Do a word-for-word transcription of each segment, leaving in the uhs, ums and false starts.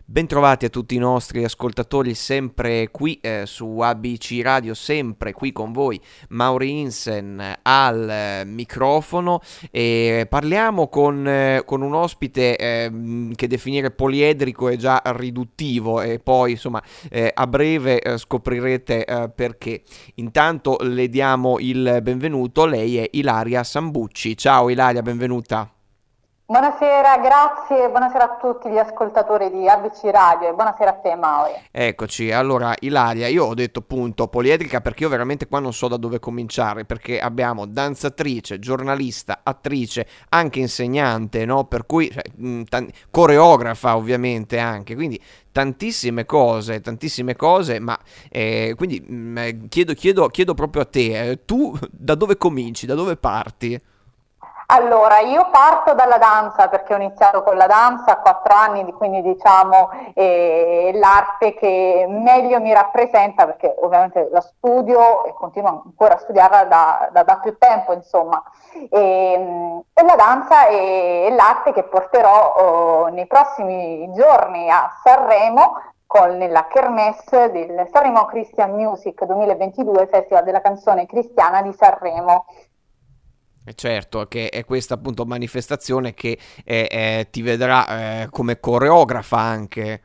Bentrovati a tutti i nostri ascoltatori, sempre qui eh, su A B C Radio, sempre qui con voi, Mauri Insen eh, al eh, microfono, e parliamo con, eh, con un ospite eh, che definire poliedrico è già riduttivo, e poi insomma eh, a breve eh, scoprirete eh, perché. Intanto le diamo il benvenuto, lei è Ilaria Sambucci. Ciao Ilaria, benvenuta. Buonasera, grazie, buonasera a tutti gli ascoltatori di A B C Radio e buonasera a te Mauri. Eccoci, allora Ilaria, io ho detto appunto poliedrica perché io veramente qua non so da dove cominciare, perché abbiamo danzatrice, giornalista, attrice, anche insegnante, no? Per cui cioè, mh, tan- coreografa ovviamente anche, quindi tantissime cose, tantissime cose, ma eh, quindi mh, eh, chiedo, chiedo, chiedo proprio a te, eh, tu da dove cominci, da dove parti? Allora, io parto dalla danza perché ho iniziato con la danza a quattro anni, di- quindi diciamo è l'arte che meglio mi rappresenta perché ovviamente la studio e continuo ancora a studiarla da, da- da più tempo, insomma. E, mh, e la danza è, è l'arte che porterò oh, nei prossimi giorni a Sanremo con nella Kermesse del Sanremo Christian Music duemilaventidue, Festival della canzone cristiana di Sanremo. Eh, Certo, che è questa appunto manifestazione che eh, eh, ti vedrà eh, come coreografa anche.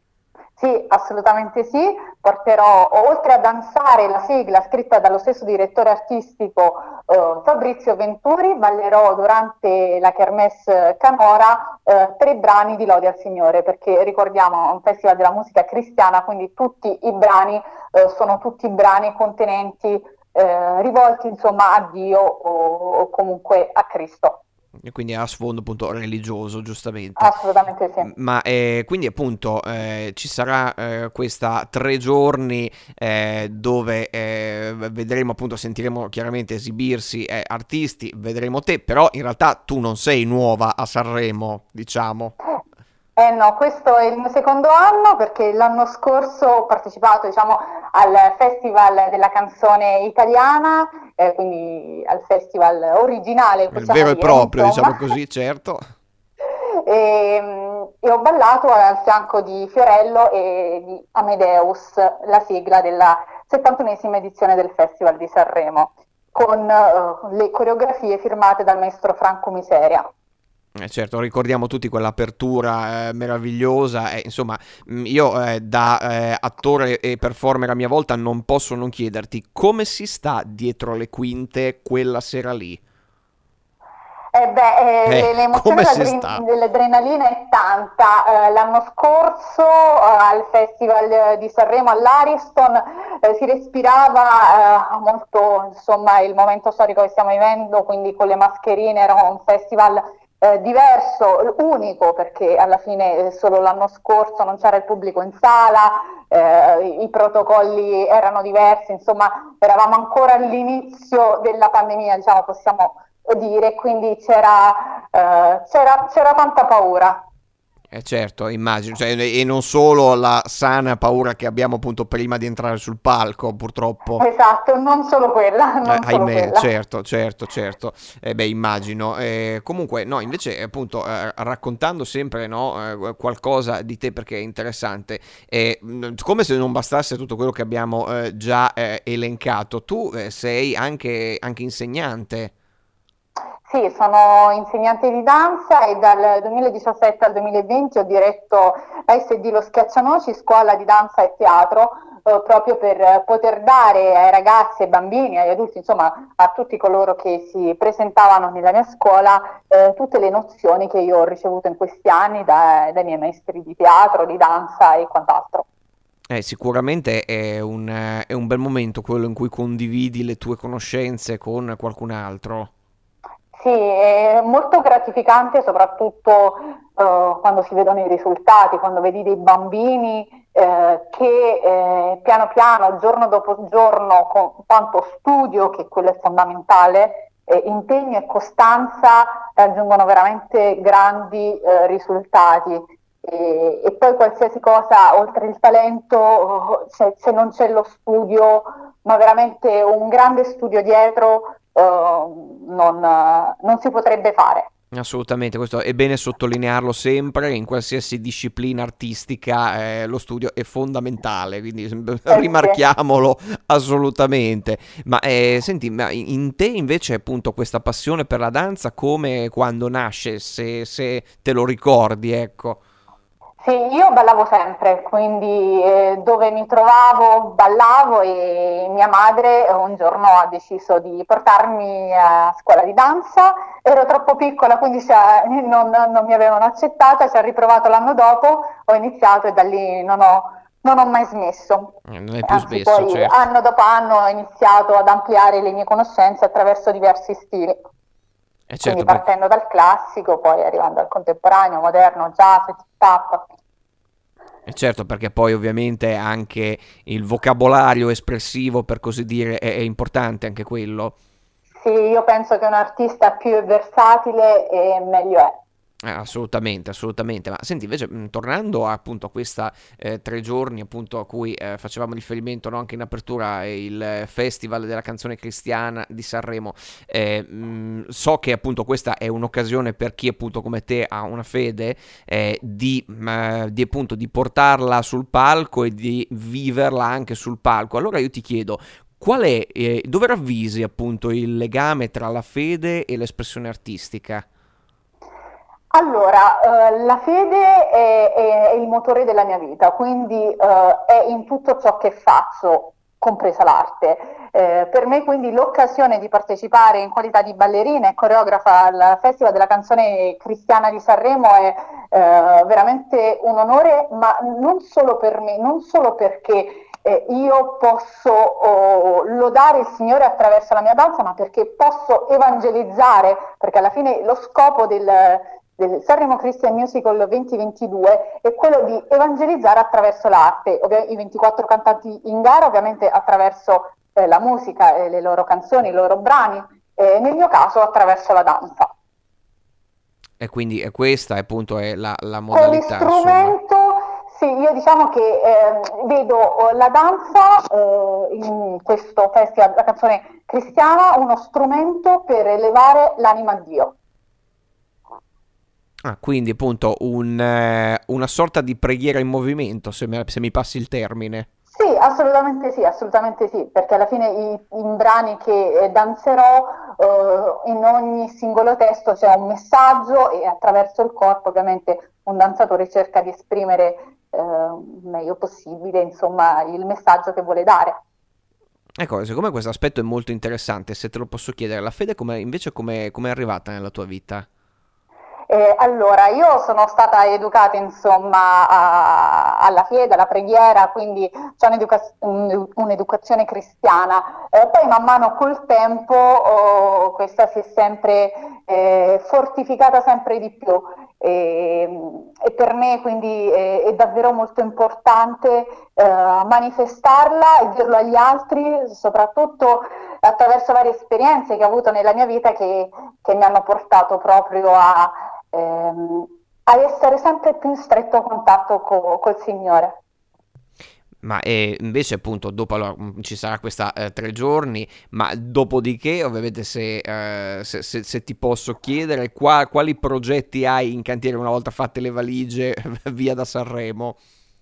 Sì, assolutamente sì. Porterò, oltre a danzare la sigla scritta dallo stesso direttore artistico eh, Fabrizio Venturi, ballerò durante la Kermesse Canora eh, tre brani di Lode al Signore, perché ricordiamo è un festival della musica cristiana, quindi tutti i brani eh, sono tutti brani contenenti, eh, rivolti insomma a Dio o, o comunque a Cristo. E quindi ha sfondo appunto religioso, giustamente. Assolutamente sì. Ma eh, quindi appunto eh, ci sarà eh, questa tre giorni eh, dove eh, vedremo appunto, sentiremo chiaramente esibirsi eh, artisti, vedremo te, però in realtà tu non sei nuova a Sanremo, diciamo. Eh no, questo è il mio secondo anno perché l'anno scorso ho partecipato, diciamo, al Festival della canzone italiana, eh, quindi al festival originale, Il possiamo vero e dire, proprio, diciamo insomma, così, certo. e, mm, e ho ballato al fianco di Fiorello e di Amadeus, la sigla della settantunesima edizione del Festival di Sanremo, con eh, le coreografie firmate dal maestro Franco Miseria. Eh, certo, ricordiamo tutti quell'apertura eh, meravigliosa. E, insomma, mh, io eh, da eh, attore e performer a mia volta non posso non chiederti come si sta dietro le quinte quella sera lì. Eh beh, eh, Eh, le- l'emozione come si dell'adre- sta? dell'adrenalina è tanta. Eh, l'anno scorso eh, al Festival di Sanremo all'Ariston eh, si respirava eh, molto, insomma, il momento storico che stiamo vivendo, quindi con le mascherine era un festival eh, diverso, unico, perché alla fine eh, solo l'anno scorso non c'era il pubblico in sala, eh, i, i protocolli erano diversi, insomma, eravamo ancora all'inizio della pandemia, diciamo, possiamo dire, quindi c'era, eh, c'era, c'era tanta paura. Eh certo, immagino, cioè, e non solo la sana paura che abbiamo appunto prima di entrare sul palco, purtroppo. Esatto, non solo quella, Eh, non solo ahimè, quella. certo, certo, certo. Eh, beh, immagino. Eh, comunque, no, invece, appunto, eh, raccontando sempre, no, eh, qualcosa di te perché è interessante, eh, mh, come se non bastasse tutto quello che abbiamo eh, già eh, elencato, tu eh, sei anche, anche insegnante. Sì, sono insegnante di danza e dal duemiladiciassette al duemilaventi ho diretto la S D Lo Schiaccianoci, scuola di danza e teatro, eh, proprio per poter dare ai ragazzi, ai bambini, agli adulti, insomma a tutti coloro che si presentavano nella mia scuola, eh, tutte le nozioni che io ho ricevuto in questi anni da- dai miei maestri di teatro, di danza e quant'altro. Eh, sicuramente è un, eh, è un bel momento quello in cui condividi le tue conoscenze con qualcun altro. Sì, è molto gratificante soprattutto eh, quando si vedono i risultati, quando vedi dei bambini eh, che eh, piano piano, giorno dopo giorno, con tanto studio, che quello è fondamentale, eh, impegno e costanza raggiungono veramente grandi eh, risultati. E, e poi qualsiasi cosa, oltre il talento, se, se non c'è lo studio, ma veramente un grande studio dietro, eh, non, non si potrebbe fare. Assolutamente, questo è bene sottolinearlo sempre, in qualsiasi disciplina artistica eh, lo studio è fondamentale, quindi Eh sì. rimarchiamolo assolutamente. Ma eh, senti, ma in te invece appunto questa passione per la danza come quando nasce, se, se te lo ricordi, ecco. Sì, io ballavo sempre, quindi eh, dove mi trovavo ballavo e mia madre un giorno ha deciso di portarmi a scuola di danza. Ero troppo piccola, quindi cioè, non, non mi avevano accettata, ci ha riprovato l'anno dopo, ho iniziato e da lì non ho, non ho mai smesso. Eh, Non è più Anzi, spesso, poi certo. anno dopo anno ho iniziato ad ampliare le mie conoscenze attraverso diversi stili, È quindi certo perché... partendo dal classico, poi arrivando al contemporaneo, moderno, jazz, tap. E certo, perché poi ovviamente anche il vocabolario espressivo, per così dire, è, è importante anche quello. Sì, io penso che un artista più è versatile e meglio è. Eh, assolutamente, assolutamente. Ma senti, invece, mh, tornando a, appunto a questa eh, tre giorni appunto a cui eh, facevamo riferimento, no, anche in apertura, eh, il eh, Festival della canzone cristiana di Sanremo, eh, mh, so che appunto questa è un'occasione per chi appunto come te ha una fede eh, di, mh, di appunto di portarla sul palco e di viverla anche sul palco. Allora io ti chiedo, qual è, eh, dove ravvisi appunto il legame tra la fede e l'espressione artistica? Allora, eh, la fede è, è- è il motore della mia vita, quindi eh, è in tutto ciò che faccio, compresa l'arte. Eh, per me quindi l'occasione di partecipare in qualità di ballerina e coreografa al Festival della canzone cristiana di Sanremo è eh, veramente un onore, ma non solo per me, non solo perché eh, io posso oh, lodare il Signore attraverso la mia danza, ma perché posso evangelizzare, perché alla fine lo scopo del, del Sanremo Christian Musical duemilaventidue è quello di evangelizzare attraverso l'arte, ovvi- i ventiquattro cantanti in gara ovviamente attraverso eh, la musica, eh, le loro canzoni, i loro brani, e nel mio caso attraverso la danza. E quindi è questa appunto è la, la Come modalità, insomma. strumento, sì, io diciamo che eh, vedo eh, la danza eh, in questo festival, la canzone cristiana, uno strumento per elevare l'anima a Dio. Ah, quindi appunto un, eh, una sorta di preghiera in movimento, se, me- se mi passi il termine. Sì, assolutamente sì, assolutamente sì, perché alla fine i, i brani che eh, danzerò, eh, in ogni singolo testo c'è un messaggio e attraverso il corpo ovviamente un danzatore cerca di esprimere eh, il meglio possibile, insomma, il messaggio che vuole dare. Ecco, siccome questo aspetto è molto interessante, se te lo posso chiedere, la fede come, invece come è arrivata nella tua vita? Eh, allora, io sono stata educata insomma a- alla fede, alla preghiera, quindi c'è un'educa- un- un'educazione cristiana. Eh, poi man mano col tempo oh, questa si è sempre eh, fortificata sempre di più e, e per me quindi è, è davvero molto importante eh, manifestarla e dirlo agli altri, soprattutto attraverso varie esperienze che ho avuto nella mia vita che, che mi hanno portato proprio a ehm, a essere sempre più in stretto contatto co- col Signore. Ma eh, invece appunto dopo allora, mh, ci sarà questa eh, tre giorni, ma dopodiché ovviamente se, eh, se, se- se ti posso chiedere qua- quali progetti hai in cantiere una volta fatte le valigie via da Sanremo?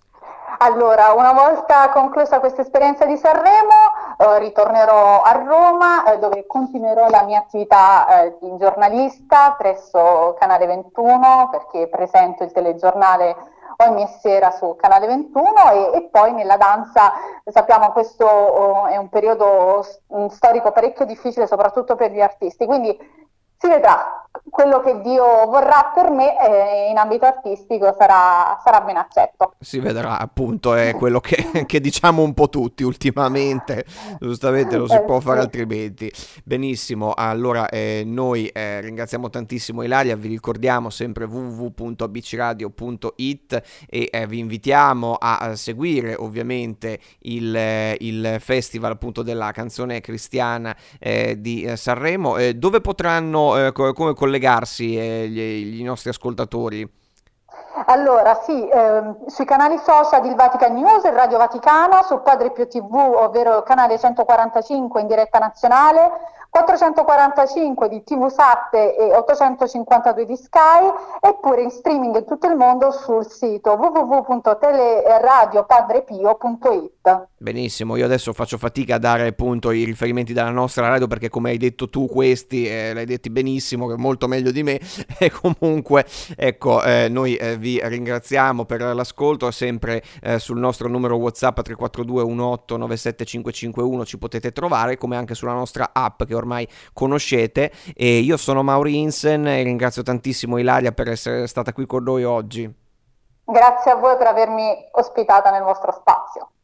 Allora, una volta conclusa questa esperienza di Sanremo, eh, ritornerò a Roma, eh, dove continuerò la mia attività eh, di giornalista presso Canale ventuno, perché presento il telegiornale ogni sera su Canale ventuno e, e poi nella danza, sappiamo questo oh, è un periodo s- storico parecchio difficile, soprattutto per gli artisti, quindi si vedrà, quello che Dio vorrà per me eh, in ambito artistico sarà, sarà ben accetto. Si vedrà, appunto, è quello che, che diciamo un po' tutti ultimamente, giustamente non si Eh, può fare sì. altrimenti. Benissimo, allora eh, noi eh, ringraziamo tantissimo Ilaria, vi ricordiamo sempre w w w punto a b c radio punto i t e eh, vi invitiamo a, a seguire ovviamente il, eh, il festival appunto della canzone cristiana eh, di eh, Sanremo, eh, dove potranno eh, co- come collegarsi eh, gli, gli nostri ascoltatori. Allora, sì, ehm, sui canali social il Vatican News e Radio Vaticana, su Padre Pio T V, ovvero canale centoquarantacinque in diretta nazionale, quattrocentoquarantacinque di T V sette e ottocentocinquantadue di Sky, eppure in streaming in tutto il mondo sul sito w w w punto teleradiopadrepio punto it. Benissimo, io adesso faccio fatica a dare appunto i riferimenti della nostra radio perché come hai detto tu questi eh, l'hai detti benissimo, che è molto meglio di me e comunque ecco eh, noi eh, vi ringraziamo per l'ascolto, sempre eh, sul nostro numero WhatsApp tre quattro due uno otto nove sette cinque cinque uno ci potete trovare, come anche sulla nostra app che ormai conoscete. E io sono Mauri Insen e ringrazio tantissimo Ilaria per essere stata qui con noi oggi. Grazie a voi per avermi ospitata nel vostro spazio.